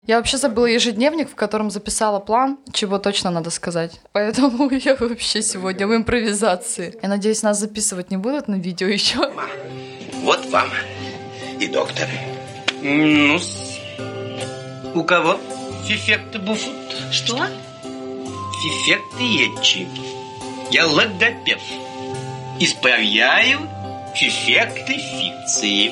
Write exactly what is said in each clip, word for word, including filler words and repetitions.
Я вообще забыла ежедневник, в котором записала план, чего точно надо сказать. Поэтому я вообще сегодня в импровизации. Я надеюсь, нас записывать не будут на видео еще. Вот вам и доктор. ну У кого фифекты буфут? Что? Фифекты етчи. Я логопед. Исправляю фифекты фикции.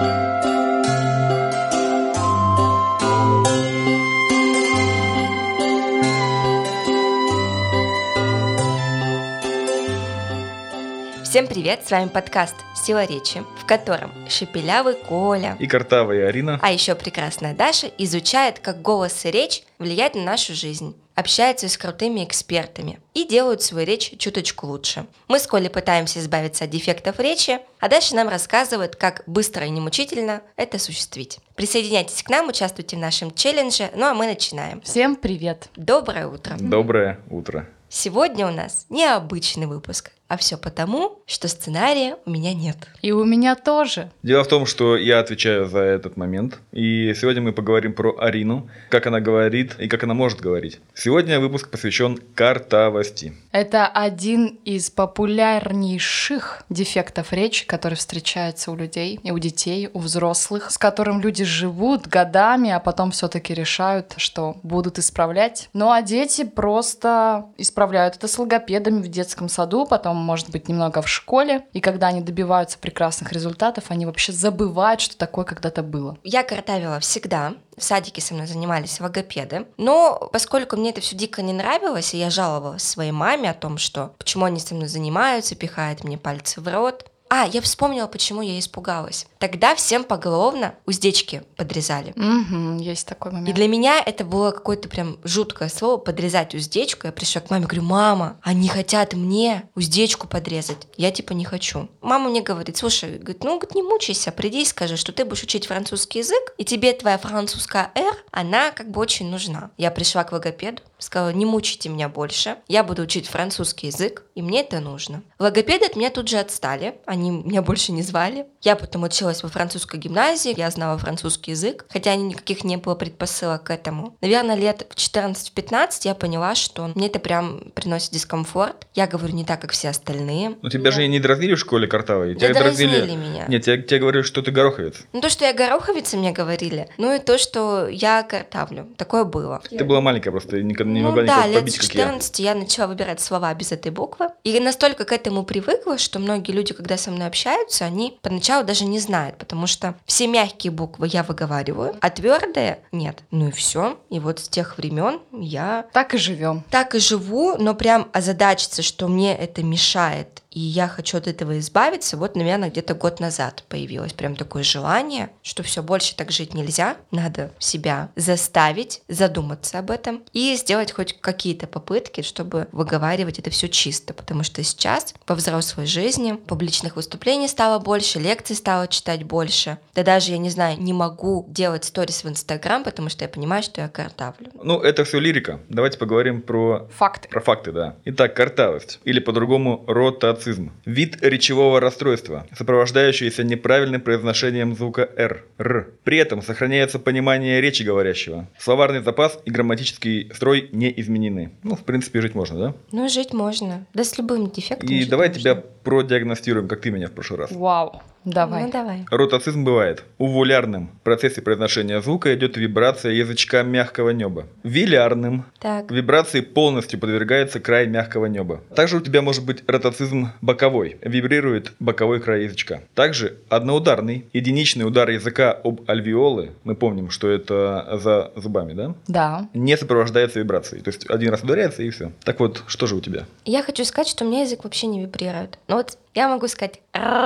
Всем привет, с вами подкаст «Сила речи», в котором шепелявый Коля и картавая Арина, а еще прекрасная Даша изучает, как голос и речь влияют на нашу жизнь, общаются с крутыми экспертами и делают свою речь чуточку лучше. Мы с Колей пытаемся избавиться от дефектов речи, а Даша нам рассказывает, как быстро и немучительно это осуществить. Присоединяйтесь к нам, участвуйте в нашем челлендже, ну а мы начинаем. Всем привет. Доброе утро. Доброе утро. Сегодня у нас необычный выпуск, а все потому, что сценария у меня нет. И у меня тоже. Дело в том, что я отвечаю за этот момент, и сегодня мы поговорим про Арину, как она говорит и как она может говорить. Сегодня выпуск посвящен картавости. Это один из популярнейших дефектов речи, который встречается у людей, и у детей, у взрослых, с которым люди живут годами, а потом все-таки решают, что будут исправлять. Ну а дети просто исправляют это с логопедами в детском саду, потом, может быть, немного в школе, и когда они добиваются прекрасных результатов, они вообще забывают, что такое когда-то было. Я картавила всегда. В садике со мной занимались логопеды. Но поскольку мне это все дико не нравилось, и я жаловалась своей маме о том, что почему они со мной занимаются, пихают мне пальцы в рот. А, я вспомнила, почему я испугалась. Тогда всем поголовно уздечки подрезали. Угу, есть такой момент. И для меня это было какое-то прям жуткое слово — подрезать уздечку. Я пришла к маме, говорю: мама, они хотят мне уздечку подрезать. Я типа не хочу. Мама мне говорит: слушай, говорит, ну говорит, не мучайся, приди и скажи, что ты будешь учить французский язык, и тебе твоя французская «р», она как бы очень нужна. Я пришла к логопеду, сказала: не мучайте меня больше, я буду учить французский язык, и мне это нужно. Логопеды от меня тут же отстали, они меня больше не звали. Я потом училась во французской гимназии, я знала французский язык, хотя никаких не было предпосылок к этому. Наверное, лет в четырнадцать-пятнадцать я поняла, что мне это прям приносит дискомфорт. Я говорю не так, как все остальные. Ну тебя же не дразнили в школе картавой? Да тебя дразнили дразнили... меня. Нет, тебе, тебе говорили, что ты гороховец. Ну то, что я гороховица, мне говорили, ну и то, что я картавлю. Такое было. Ты была маленькая просто, никогда не ну, могла да, никого лет побить, с как я. четырнадцати я начала выбирать слова без этой буквы. И настолько к этому привыкла, что многие люди, когда со мной общаются, они поначалу даже не знают, потому что все мягкие буквы я выговариваю, а твердые нет. Ну и все. И вот с тех времен я Так и живем. так и живу, но прям озадачиться, что мне это мешает, и я хочу от этого избавиться, вот, наверное, где-то год назад появилось прям такое желание, что все, больше так жить нельзя, надо себя заставить задуматься об этом и сделать хоть какие-то попытки, чтобы выговаривать это все чисто, потому что сейчас во взрослой жизни публичных выступлений стало больше, лекций стало читать больше, да даже, я не знаю, не могу делать сторис в Инстаграм, потому что я понимаю, что я картавлю. Ну, это все лирика. Давайте поговорим про... Факты. Про факты, да. Итак, картавость, или по-другому ротацизм. Вид речевого расстройства, сопровождающийся неправильным произношением звука «р», «р». При этом сохраняется понимание речи говорящего. Словарный запас и грамматический строй не изменены. Ну, в принципе, жить можно, да? Ну, жить можно. Да с любым дефектом И жить давай можно. тебя продиагностируем, как ты меня в прошлый раз. Вау. Давай. Ну, давай. Ротацизм бывает. У вулярным в процессе произношения звука идет вибрация язычка мягкого неба. Вилярным Так. вибрации полностью подвергается край мягкого неба. Также у тебя может быть ротацизм боковой. Вибрирует боковой край язычка. Также одноударный. Единичный удар языка об альвеолы. Мы помним, что это за зубами, да? Да. Не сопровождается вибрацией. То есть один раз ударяется и все. Так вот, что же у тебя? Я хочу сказать, что у меня язык вообще не вибрирует. Но вот я могу сказать,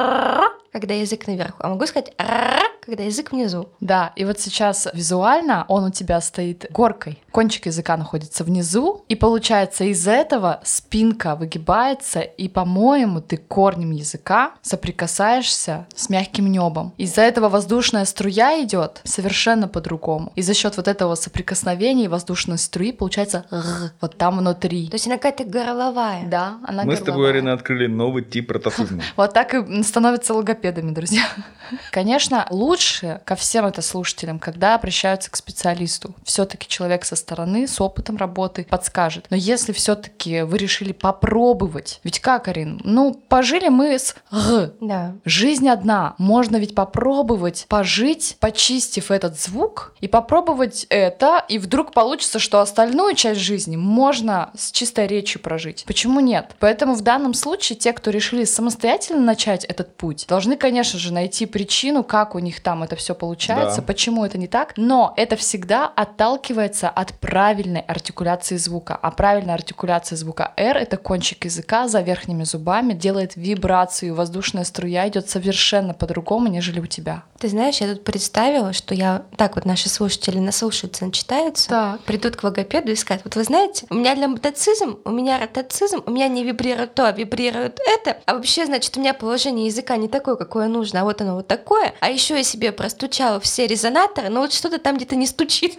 когда язык наверху, а могу сказать, когда язык внизу. Да, и вот сейчас визуально он у тебя стоит горкой. Кончик языка находится внизу, и получается из-за этого спинка выгибается, и, по-моему, ты корнем языка соприкасаешься с мягким небом. Из-за этого воздушная струя идет совершенно по-другому. И за счет вот этого соприкосновения воздушной струи получается р, вот там внутри. То есть она какая-то горловая. Да, она Мы горловая. с тобой, Арина, открыли новый тип ротацизма. Вот так и становятся логопедами, друзья. Конечно, лучше лучше ко всем это слушателям, когда обращаются к специалисту. Все-таки человек со стороны, с опытом работы подскажет. Но если все-таки вы решили попробовать, ведь как, Арин? Ну, пожили мы с г. Да. Жизнь одна. Можно ведь попробовать пожить, почистив этот звук, и попробовать это, и вдруг получится, что остальную часть жизни можно с чистой речью прожить. Почему нет? Поэтому в данном случае те, кто решили самостоятельно начать этот путь, должны, конечно же, найти причину, как у них там это все получается, Да. почему это не так, но это всегда отталкивается от правильной артикуляции звука. А правильная артикуляция звука R — это кончик языка за верхними зубами, делает вибрацию, воздушная струя идет совершенно по-другому, нежели у тебя. Ты знаешь, я тут представила, что я так вот наши слушатели наслушаются, начитаются, Так. придут к логопеду и скажут: вот вы знаете, у меня лямбдацизм, у меня ротацизм, у меня не вибрирует то, а вибрирует это, а вообще, значит, у меня положение языка не такое, какое нужно, а вот оно вот такое, а еще я себе простучала все резонаторы, но вот что-то там где-то не стучит.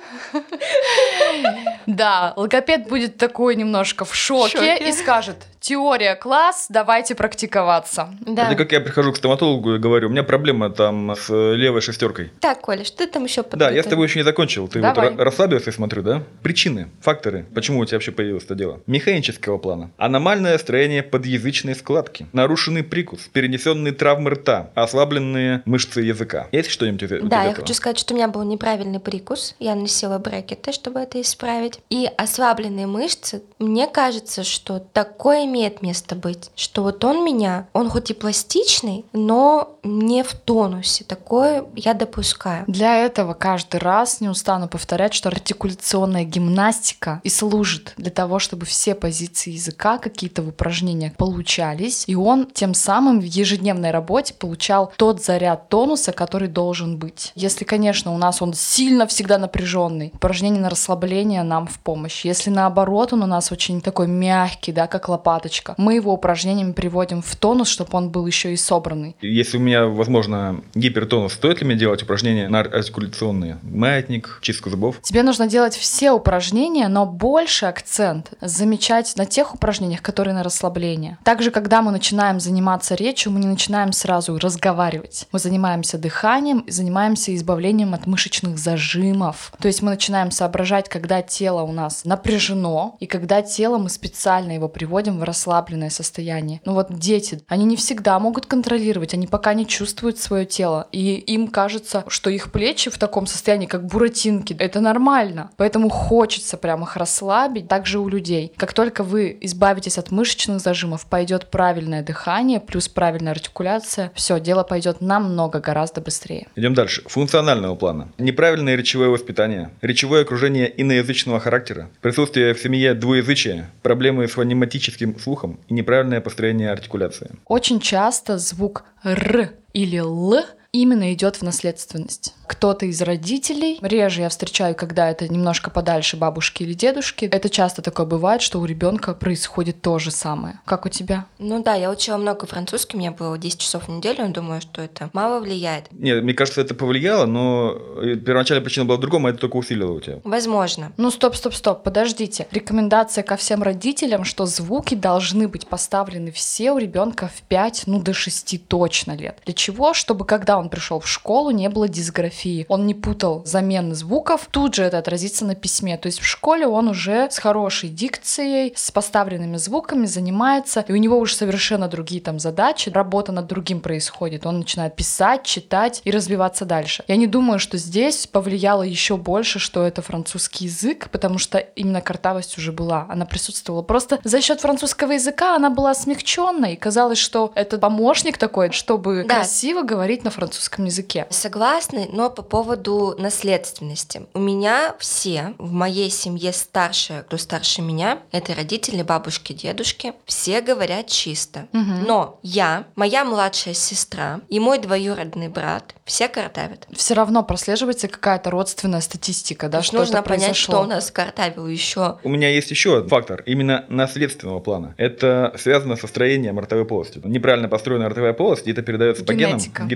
Да, логопед будет такой немножко в шоке, шоке. и скажет: теория класс, давайте практиковаться. Да. Это как я прихожу к стоматологу и говорю, у меня проблема там с левой шестеркой. Так, Коля, что ты там еще Да, я с тобой еще не закончил. Ты Давай. вот ра- расслабился, я смотрю, да? Причины, факторы, почему у тебя вообще появилось это дело. Механического плана. Аномальное строение подъязычной складки. Нарушенный прикус. Перенесенные травмы рта. Ослабленные мышцы языка. Есть что-нибудь из, из Да, я этого? хочу сказать, что у меня был неправильный прикус. Я носила брекеты, чтобы это исправить. И ослабленные мышцы, мне кажется, что такое имеет место быть, что вот он меня, он хоть и пластичный, но не в тонусе. Такое я допускаю. Для этого каждый раз не устану повторять, что артикуляционная гимнастика и служит для того, чтобы все позиции языка, какие-то в упражнениях получались, и он тем самым в ежедневной работе получал тот заряд тонуса, который должен быть. Если, конечно, у нас он сильно всегда напряженный, упражнение на расслабление нам в помощь. Если наоборот, он у нас очень такой мягкий, да, как лопаточка, мы его упражнениями приводим в тонус, чтобы он был еще и собранный. Если у меня, возможно, гипертонус, стоит ли мне делать упражнения на артикуляционные? Маятник, чистку зубов? Тебе нужно делать все упражнения, но больше акцент замечать на тех упражнениях, которые на расслабление. Также, когда мы начинаем заниматься речью, мы не начинаем сразу разговаривать. Мы занимаемся дыханием и занимаемся избавлением от мышечных зажимов. То есть мы начинаем соображать, когда тело у нас напряжено, и когда тело мы специально его приводим в расслабленное состояние. Ну вот дети, они не всегда могут контролировать, они пока не чувствуют свое тело, и им кажется, что их плечи в таком состоянии, как буратинки. Это нормально. Поэтому хочется прям их расслабить. Также у людей. Как только вы избавитесь от мышечных зажимов, пойдет правильное дыхание, плюс правильная артикуляция, все, дело пойдет намного гораздо быстрее. Идем дальше. Функционального плана. Неправильное речевое воспитание. Речевое окружение иноязычного характера. Присутствие в семье двуязычия. Проблемы с фонематическим слухом и неправильное построение артикуляции. Очень часто звук «р» или «л» именно идет в наследственность. Кто-то из родителей, реже я встречаю, когда это немножко подальше бабушки или дедушки, это часто такое бывает, что у ребенка происходит то же самое. Как у тебя? Ну да, я учила много французский, у меня было десять часов в неделю, но думаю, что это мало влияет. Нет, мне кажется, это повлияло, но первоначальная причина была в другом, а это только усилило у тебя. Возможно. Ну стоп, стоп, стоп, подождите. Рекомендация ко всем родителям, что звуки должны быть поставлены все у ребенка в пять, ну до шести точно лет. Для чего? Чтобы когда он пришел в школу, не было дисграфии. Он не путал замены звуков, тут же это отразится на письме. То есть в школе он уже с хорошей дикцией, с поставленными звуками занимается, и у него уже совершенно другие там задачи, работа над другим происходит. Он начинает писать, читать и развиваться дальше. Я не думаю, что здесь повлияло еще больше, что это французский язык, потому что именно картавость уже была, она присутствовала. Просто за счет французского языка она была смягченной, и казалось, что это помощник такой, чтобы Да. красиво говорить на французском языке. Согласны, но по поводу наследственности. У меня все в моей семье старшие, кто старше меня, это родители, бабушки, дедушки, все говорят чисто. Мгм. Но я, моя младшая сестра и мой двоюродный брат все картавят. Все равно прослеживается какая-то родственная статистика, да, То есть что нужно это понять, произошло. что у нас картавил еще. У меня есть еще один фактор, именно наследственного плана. Это связано со строением ротовой полости. Неправильно построенная ротовая полость, и это передается по генам. Генетика. Генетика, да.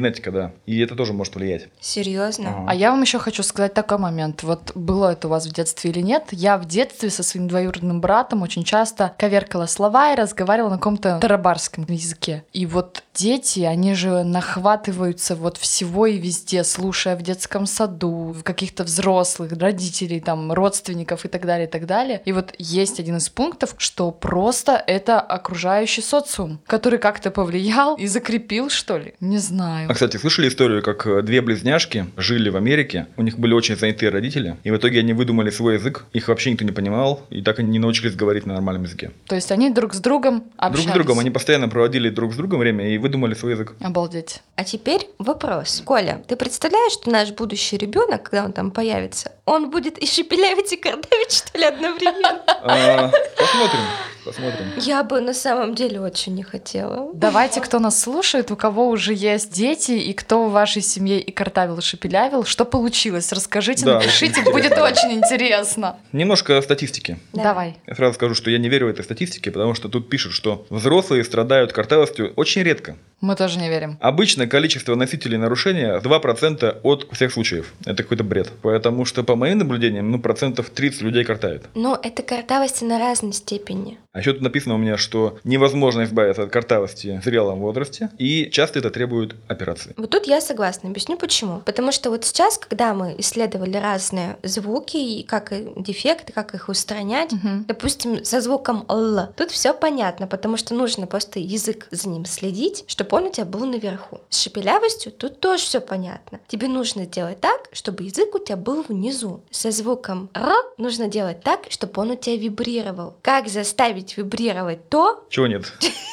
да. И это тоже может влиять. Серьезно? Ага. А я вам еще хочу сказать такой момент. Вот было это у вас в детстве или нет? Я в детстве со своим двоюродным братом очень часто коверкала слова и разговаривала на каком-то тарабарском языке. И вот дети, они же нахватываются вот всего и везде, слушая в детском саду, в каких-то взрослых, родителей, там, родственников и так далее, и так далее. И вот есть один из пунктов, что просто это окружающий социум, который как-то повлиял и закрепил, что ли? Не знаю. А, кстати, слышали историю, как две близняшки жили в Америке, у них были очень занятые родители, и в итоге они выдумали свой язык, их вообще никто не понимал, и так они не научились говорить на нормальном языке. То есть они друг с другом общались? Друг с другом, они постоянно проводили друг с другом время и выдумали свой язык. Обалдеть. А теперь вопрос. Коля, ты представляешь, что наш будущий ребенок, когда он там появится, он будет и шепелявить, и картавить, что ли, одновременно? А, Посмотрим, посмотрим. Я бы на самом деле очень не хотела. Давайте, кто нас слушает, у кого уже есть дети, и кто в вашей семье и картавил, и шепелявил, что получилось? Расскажите, Да, напишите, очень будет очень интересно. Немножко статистики. Да. Давай. Я сразу скажу, что я не верю в этой статистике, потому что тут пишут, что взрослые страдают картавостью очень редко. Мы тоже не верим. Обычно количество носителей нарушения два процента от всех случаев. Это какой-то бред. Потому что, по моим наблюдениям, ну, процентов тридцать людей картавит. Но это картавости на разной степени. А еще тут написано у меня, что невозможно избавиться от картавости в зрелом возрасте, и часто это требует операции. Вот тут я согласна. Объясню почему. Потому что вот сейчас, когда мы исследовали разные звуки, и как и дефекты, как их устранять, Мгм. допустим, со звуком «л», тут все понятно, потому что нужно просто язык за ним следить, чтобы он у тебя был наверху. С шепелявостью тут тоже все понятно. Тебе нужно делать так, чтобы язык у тебя был внизу. Со звуком «р» нужно делать так, чтобы он у тебя вибрировал. Как заставить вибрировать то, Чего нет?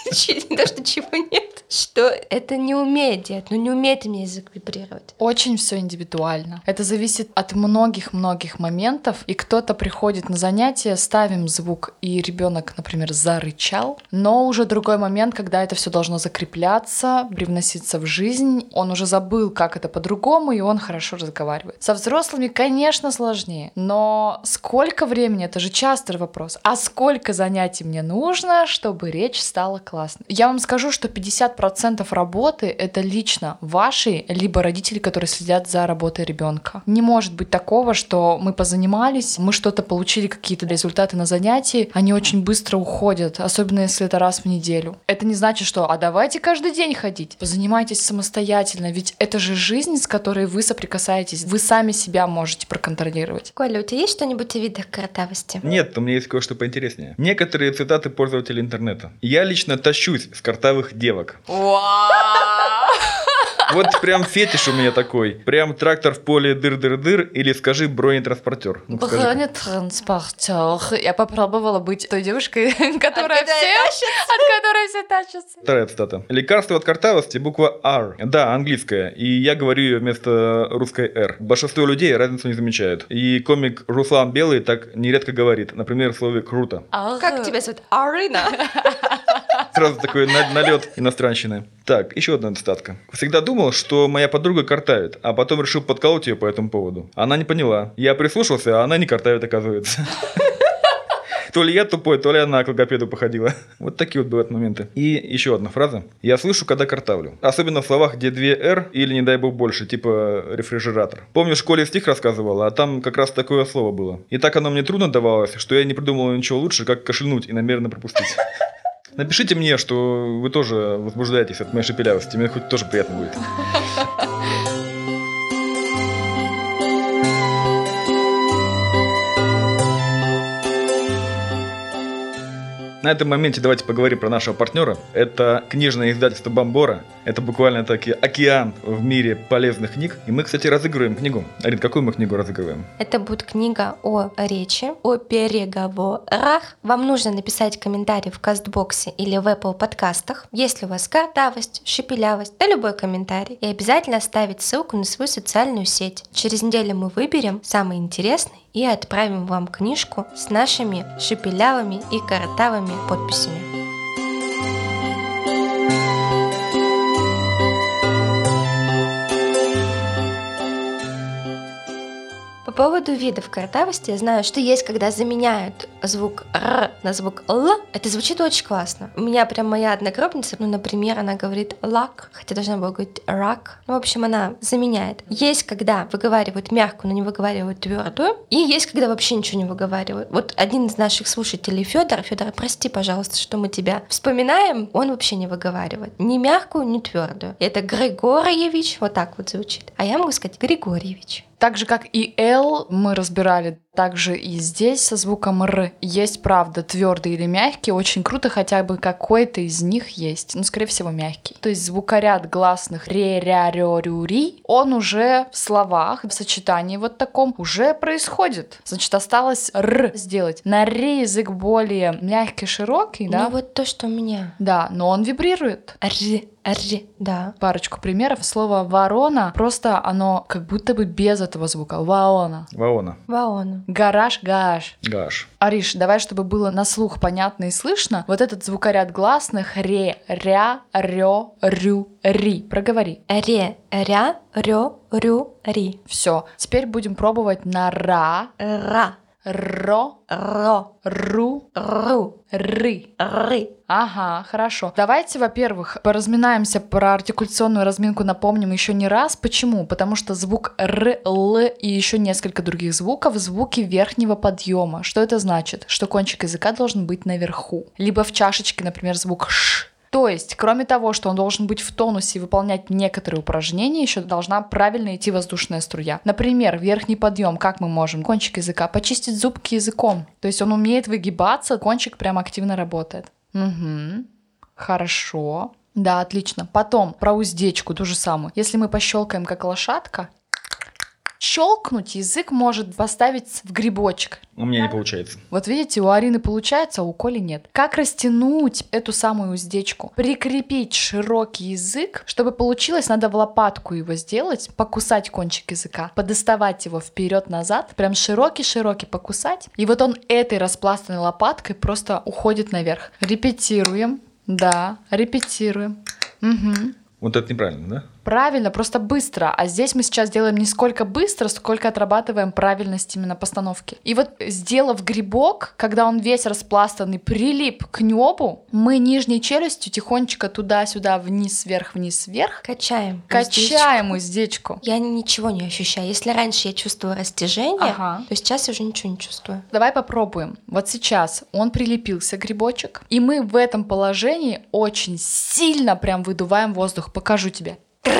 не то, что чего нет, что это не умеет делать, ну не умеет у меня язык вибрировать. Очень все индивидуально. Это зависит от многих-многих моментов. И кто-то приходит на занятия, ставим звук, и ребенок, например, зарычал. Но уже другой момент, когда это все должно закрепляться, привноситься в жизнь. Он уже забыл, как это по-другому, и он хорошо разговаривает. Со взрослыми, конечно, сложнее. Но сколько времени? Это же частый вопрос. А сколько занятий мне нужно, чтобы речь стала классной? Я вам скажу, что пятьдесят процентов работы — это лично ваши, либо родители, которые следят за работой ребенка. Не может быть такого, что мы позанимались, мы что-то получили, какие-то результаты на занятии, они очень быстро уходят, особенно если это раз в неделю. Это не значит, что «а давайте каждый день ходить». Позанимайтесь самостоятельно, ведь это же жизнь, с которой вы соприкасаетесь. Вы сами себя можете проконтролировать. Коля, у тебя есть что-нибудь о видах картавости? Нет, у меня есть кое-что поинтереснее. Некоторые цитаты пользователей интернета. Я лично тащусь с картавых девок. Вот прям фетиш у меня такой. Прям трактор в поле дыр-дыр-дыр или скажи бронетранспортер. Ну, скажи. Бронетранспортер. Я попробовала быть той девушкой, которая От которой все, от которой все тащатся. Вторая цитата. Лекарство от картавости буква R. Да, английская. И я говорю ее вместо русской R. Большинство людей разницу не замечают. И комик Руслан Белый так нередко говорит. Например, в слове «круто». Как тебя зовут? Арина. Сразу такой на- налет иностранщины. Так, еще одна цитатка. Всегда думал, что моя подруга картавит, а потом решил подколоть ее по этому поводу. Она не поняла. Я прислушался, а она не картавит, оказывается. То ли я тупой, то ли она к логопеду походила. Вот такие вот бывают моменты. И еще одна фраза. Я слышу, когда картавлю. Особенно в словах, где две «р» или, не дай бог, больше, типа рефрижератор. Помню, в школе стих рассказывала, а там как раз такое слово было. И так оно мне трудно давалось, что я не придумал ничего лучше, как кашлянуть и намеренно пропустить. Напишите мне, что вы тоже возбуждаетесь от моей шепелявости. Мне хоть тоже приятно будет. На этом моменте давайте поговорим про нашего партнера. Это книжное издательство Бомбора. Это буквально таки океан в мире полезных книг. И мы, кстати, разыгрываем книгу. Арин, какую мы книгу разыгрываем? Это будет книга о речи, о переговорах. Вам нужно написать комментарий в Кастбоксе или в Apple подкастах, если у вас картавость, шепелявость, да любой комментарий. И обязательно оставить ссылку на свою социальную сеть. Через неделю мы выберем самый интересный и отправим вам книжку с нашими шепелявыми и картавыми подписями. По поводу видов картавости я знаю, что есть, когда заменяют звук «р» на звук «л». Это звучит очень классно. У меня прям моя одногруппница, ну, например, она говорит «лак», хотя должна была говорить «рак». Ну, в общем, она заменяет. Есть, когда выговаривают мягкую, но не выговаривают твердую. И есть, когда вообще ничего не выговаривают. Вот один из наших слушателей, Федор, Федор, прости, пожалуйста, что мы тебя вспоминаем, он вообще не выговаривает. Ни мягкую, ни твердую. Это Григорьевич, вот так вот звучит. А я могу сказать Григорьевич. Так же, как и «л» мы разбирали, также и здесь со звуком «р» есть, правда, твердые или мягкие. Очень круто, хотя бы какой-то из них есть. Ну, скорее всего, мягкий. То есть звукоряд гласных «ре», «ря», «рё», «рю», «ри», он уже в словах, в сочетании вот таком уже происходит. Значит, осталось «р» сделать. На «ре» язык более мягкий, широкий, да? Ну, вот то, что у меня. Да, но он вибрирует. «Р», «р», да. Парочку примеров. Слово «ворона» просто оно как будто бы без этого звука. Ваона. Ваона. Ваона. Гараж, гаш. Гаш. Ариш, давай, чтобы было на слух понятно и слышно, вот этот звукоряд гласных ре, ря, рё, рю, ри. Проговори. Ре, ря, рё, рю, ри. Все. Теперь будем пробовать на ра, Ра, ро, ро, ру, ру, ры. ры. Ага, хорошо. Давайте, во-первых, поразминаемся про артикуляционную разминку, напомним еще не раз. Почему? Потому что звук р, л и еще несколько других звуков — звуки верхнего подъема. Что это значит? Что кончик языка должен быть наверху. Либо в чашечке, например, звук ш. То есть, кроме того, что он должен быть в тонусе и выполнять некоторые упражнения, еще должна правильно идти воздушная струя. Например, верхний подъем, как мы можем? Кончик языка почистить зубки языком. То есть он умеет выгибаться, кончик прям активно работает. Угу. Хорошо. Да, отлично. Потом про уздечку ту же самую. Если мы пощелкаем как лошадка, щелкнуть язык может поставить в грибочек. У меня не получается. Вот видите, у Арины получается, а у Коли нет. Как растянуть эту самую уздечку? Прикрепить широкий язык. Чтобы получилось, надо в лопатку его сделать, покусать кончик языка, подоставать его вперед-назад, прям широкий-широкий покусать. И вот он этой распластанной лопаткой просто уходит наверх. Репетируем. Да, репетируем. Угу. Вот это неправильно, да? Правильно, просто быстро. А здесь мы сейчас делаем не сколько быстро, сколько отрабатываем правильность именно постановки. И вот сделав грибок, когда он весь распластанный прилип к небу, мы нижней челюстью тихонечко туда-сюда, вниз, вверх, вниз, вверх. Качаем. Качаем уздечку. Я ничего не ощущаю. Если раньше я чувствовала растяжение, Ага. то сейчас я уже ничего не чувствую. Давай попробуем. Вот сейчас он прилепился, грибочек, и мы в этом положении очень сильно прям выдуваем воздух. Покажу тебе.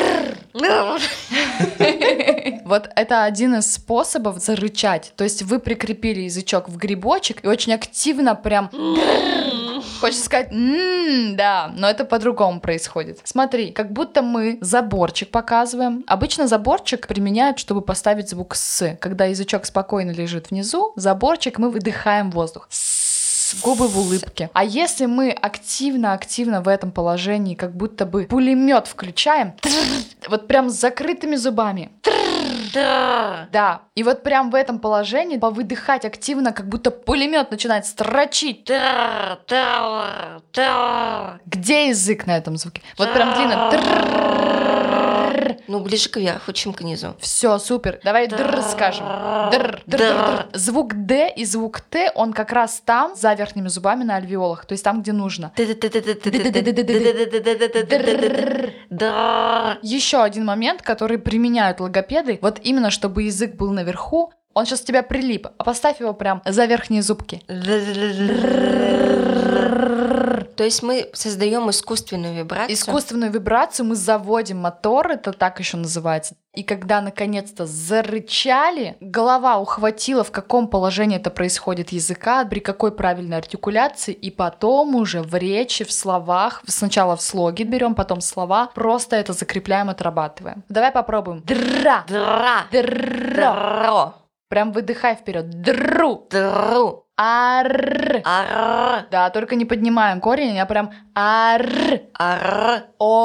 Вот это один из способов зарычать. То есть вы прикрепили язычок в грибочек и очень активно прям... Хочется сказать «м-м-м», да, но это по-другому происходит. Смотри, как будто мы заборчик показываем. Обычно заборчик применяют, чтобы поставить звук «с». Когда язычок спокойно лежит внизу, заборчик, мы выдыхаем воздух. Губы в улыбке. А если мы активно-активно в этом положении, как будто бы пулемет включаем, вот прям с закрытыми зубами. Да. И вот прям в этом положении повыдыхать активно, как будто пулемет начинает строчить. Где язык на этом звуке? Вот прям длинно. Ну, ближе к верху, чем к низу. Все, супер. Давай др скажем. Др, др, др. Звук Д и звук Т, он как раз там, за верхними зубами на альвеолах, то есть там, где нужно. Еще один момент, который применяют логопеды, вот именно чтобы язык был наверху, он сейчас у тебя прилип, а поставь его прям за верхние зубки. То есть мы создаем искусственную вибрацию. Искусственную вибрацию мы заводим мотор, это так еще называется. И когда наконец-то зарычали, голова ухватила, в каком положении это происходит языка, при какой правильной артикуляции, и потом уже в речи, в словах, сначала в слоге берем, потом слова, просто это закрепляем, отрабатываем. Давай попробуем. Дра. Дра. Дра. Дро. Прям выдыхай вперед. Дру. Дру. Ар. Ар. Да, только не поднимаем корень, а прям ар. Ар.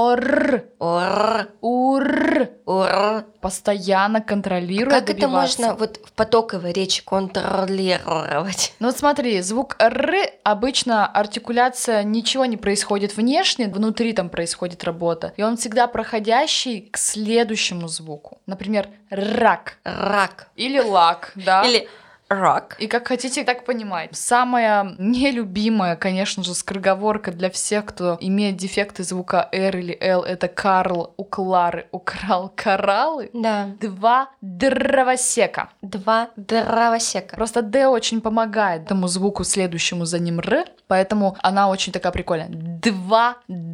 Ор. Ор. Ур. Ур. Постоянно контролируя, Как это добиваться. можно вот в потоковой речи контролировать? Ну вот смотри, звук «р» обычно артикуляция, ничего не происходит внешне, внутри там происходит работа, и он всегда проходящий к следующему звуку. Например, рак Рак. или лак, да? Или рак. И как хотите, так понимать. Самая нелюбимая, конечно же, скороговорка для всех, кто имеет дефекты звука «р» или «л», это Карл у Клары украл кораллы. Да. Два дровосека. Два дровосека. Просто «д» очень помогает этому звуку, следующему за ним «р», поэтому она очень такая прикольная. Два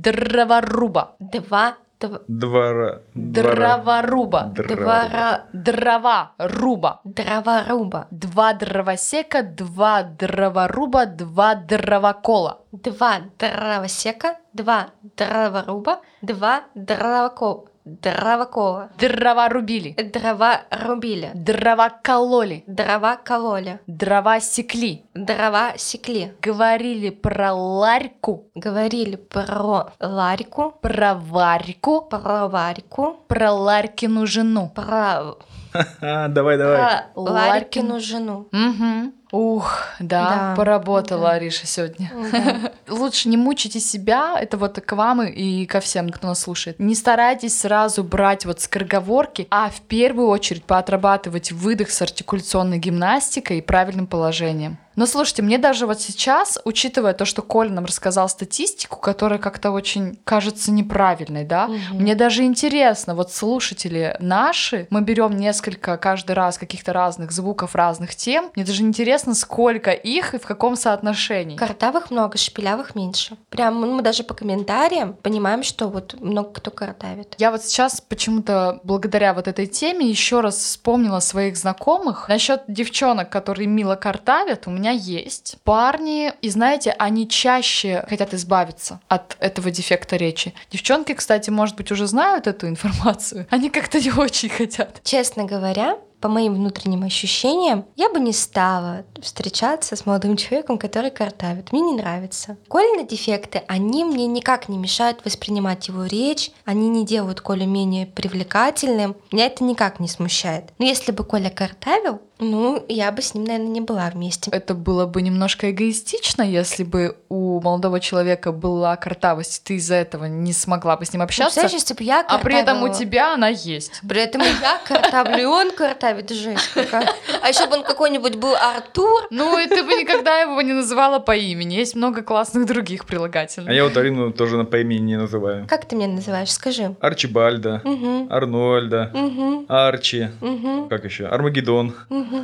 дроворуба. Два. дв- Двора. Дроворуба. Двора. Дрова. Руба. Дроворуба. Два дровосека, два дроворуба, два дровокола. Два дровосека. Два дроворуба. Два дровокола. Дровокола. Дрова рубили. Дрова рубили. Дрова кололи. Дрова кололи. Дрова секли. Дрова секли. Говорили про ларьку, Говорили про Ларику. про варьку, Про Варику. про Ларькину жену. Про, А, давай, давай. про Ларькину. Ларикину жену. Угу. Ух, да, Да, поработала да. Ариша сегодня. Да. Лучше не мучайте себя, это вот к вам и ко всем, кто нас слушает. Не старайтесь сразу брать вот скороговорки, а в первую очередь поотрабатывать выдох с артикуляционной гимнастикой и правильным положением. Но слушайте, мне даже вот сейчас, учитывая то, что Коля нам рассказал статистику, которая как-то очень кажется неправильной, да, Мгм. мне даже интересно, вот слушатели наши, мы берем несколько каждый раз каких-то разных звуков, разных тем, мне даже интересно, сколько их и в каком соотношении. Картавых много, шепелявых меньше. Прям ну, мы даже по комментариям понимаем, что вот много кто картавит. Я вот сейчас почему-то благодаря вот этой теме еще раз вспомнила своих знакомых. Насчет девчонок, которые мило картавят, у меня есть парни, и знаете, они чаще хотят избавиться от этого дефекта речи. Девчонки, кстати, может быть, уже знают эту информацию. Они как-то не очень хотят. Честно говоря, по моим внутренним ощущениям, я бы не стала встречаться с молодым человеком, который картавит. Мне не нравится. Колины дефекты, они мне никак не мешают воспринимать его речь, они не делают Колю менее привлекательным. Меня это никак не смущает. Но если бы Коля картавил, ну, я бы с ним, наверное, не была вместе. Это было бы немножко эгоистично, если бы у молодого человека была картавость, ты из-за этого не смогла бы с ним общаться, Представляешь, если бы я а при этом у картавила? тебя она есть. При этом и я картавлю, и он картавит, жесть какая. А еще бы он какой-нибудь был Артур. Ну, и ты бы никогда его не называла по имени. Есть много классных других прилагательных. А я вот Арину тоже на по имени не называю. Как ты меня называешь? Скажи. Арчибальда, Угу. Арнольда, Угу. Арчи, Угу. как еще? Армагеддон.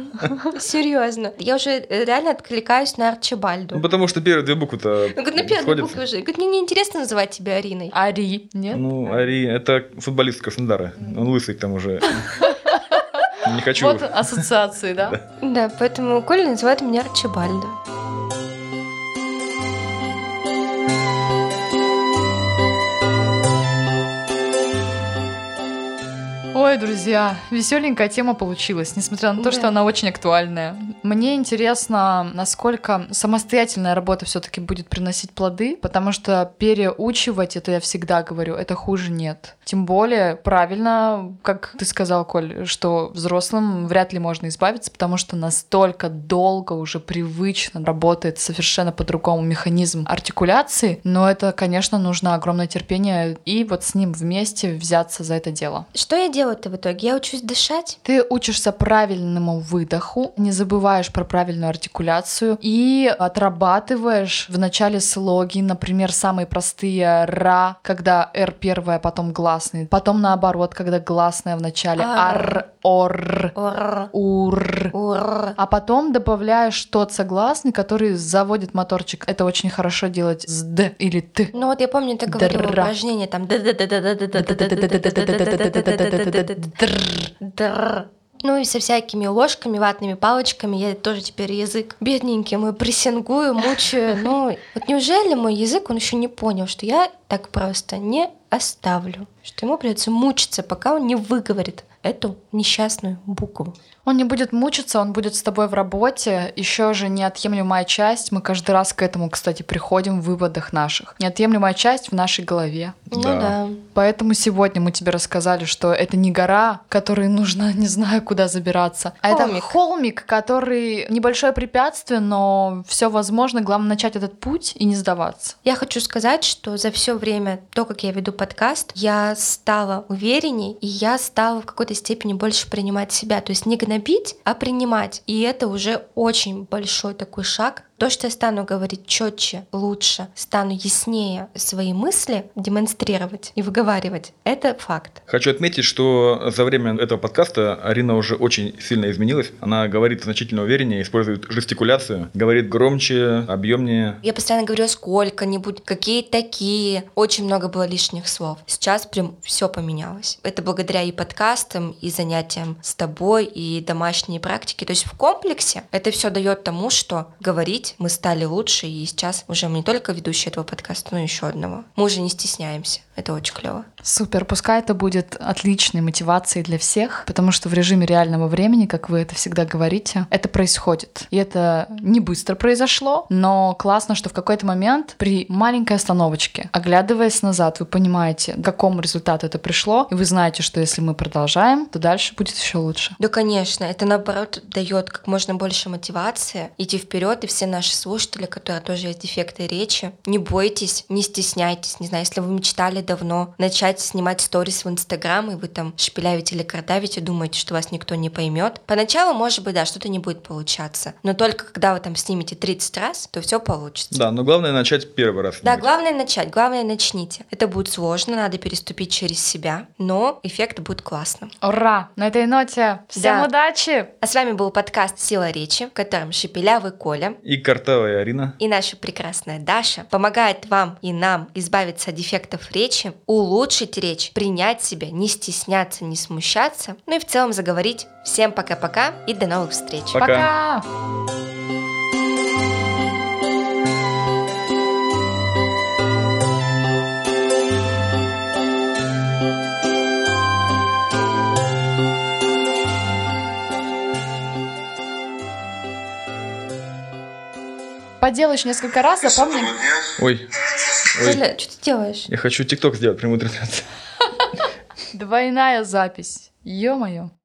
Серьезно. Я уже реально откликаюсь на Арчибальду. Ну, потому что первые две буквы-то Ну, говорит, на первой сходятся. букве уже. Говорит, мне неинтересно называть тебя Ариной. Ари, нет? Ну, Ари, это футболист Краснодара. Он лысый к тому же. Не хочу. Вот ассоциации, да? Да, поэтому Коля называет меня Арчибальда. Ой, друзья, веселенькая тема получилась, несмотря на то, Да. что она очень актуальная. Мне интересно, насколько самостоятельная работа все-таки будет приносить плоды, потому что переучивать, это я всегда говорю, это хуже нет. Тем более, правильно, как ты сказал, Коль, что взрослым вряд ли можно избавиться, потому что настолько долго уже привычно работает совершенно по-другому механизм артикуляции, но это, конечно, нужно огромное терпение и вот с ним вместе взяться за это дело. Что я делаю-то в итоге? Я учусь дышать. Ты учишься правильному выдоху, не забываешь про правильную артикуляцию и отрабатываешь в начале слоги, например, самые простые ра, когда р первая, потом гласный, потом наоборот, когда гласная в начале ар, ор, Ор. ур. Ур. А потом добавляешь тот согласный, который заводит моторчик. Это очень хорошо делать с д или т. Ну вот я помню, ты говорила Дра. упражнение там. Др. Ну и со всякими ложками, ватными палочками я тоже теперь язык бедненький мой прессингую, мучаю. Ну вот неужели мой язык, он еще не понял, что я так просто не оставлю, что ему придется мучиться, пока он не выговорит эту несчастную букву. Он не будет мучиться, он будет с тобой в работе. Еще же неотъемлемая часть. Мы каждый раз к этому, кстати, приходим в выводах наших. Неотъемлемая часть в нашей голове. Ну Да. да. Поэтому сегодня мы тебе рассказали, что это не гора, которой нужно не знаю куда забираться, а это Холмик. холмик, который небольшое препятствие, но все возможно. Главное начать этот путь и не сдаваться. Я хочу сказать, что за все время, то, как я веду подкаст, я стала уверенней, и я стала в какой-то степени больше принимать себя. То есть не гнобить, а принимать. И это уже очень большой такой шаг. То, что я стану говорить четче, лучше, стану яснее свои мысли демонстрировать и выговаривать, это факт. Хочу отметить, что за время этого подкаста Арина уже очень сильно изменилась. Она говорит значительно увереннее, использует жестикуляцию, говорит громче, объемнее. Я постоянно говорю сколько-нибудь, какие такие. Очень много было лишних слов. Сейчас прям все поменялось. Это благодаря и подкастам, и занятиям с тобой, и домашней практике. То есть в комплексе это все дает тому, что говорить мы стали лучше, и сейчас уже мы не только ведущие этого подкаста, но и еще одного. Мы уже не стесняемся. Это очень клево. Супер, пускай это будет отличной мотивацией для всех, потому что в режиме реального времени, как вы это всегда говорите, это происходит. И это не быстро произошло, но классно, что в какой-то момент при маленькой остановочке, оглядываясь назад, вы понимаете, к какому результату это пришло, и вы знаете, что если мы продолжаем, то дальше будет еще лучше. Да, конечно, это наоборот дает как можно больше мотивации идти вперед, и все наши слушатели, которые тоже есть дефекты речи, не бойтесь, не стесняйтесь, не знаю, если вы мечтали давно начать снимать сторис в Инстаграм, и вы там шепелявите или картавите, думаете, что вас никто не поймет. Поначалу, может быть, да, что-то не будет получаться, но только когда вы там снимете тридцать раз, то все получится. Да, но главное начать первый раз. Да, снимать. главное начать, главное начните. Это будет сложно, надо переступить через себя, но эффект будет классным. Ура! На этой ноте всем Да. удачи! А с вами был подкаст «Сила речи», в котором шепелявый Коля И картавая Арина. и наша прекрасная Даша помогает вам и нам избавиться от дефектов речи, улучшить речь, принять себя, не стесняться, не смущаться, ну и в целом заговорить. Всем пока-пока и до новых встреч. Пока. Пока! Поделаешь несколько раз, запомни. Ой, ой, Коля, что ты делаешь? я хочу ТикТок сделать, прямую трансляцию. Двойная запись. Ё-моё.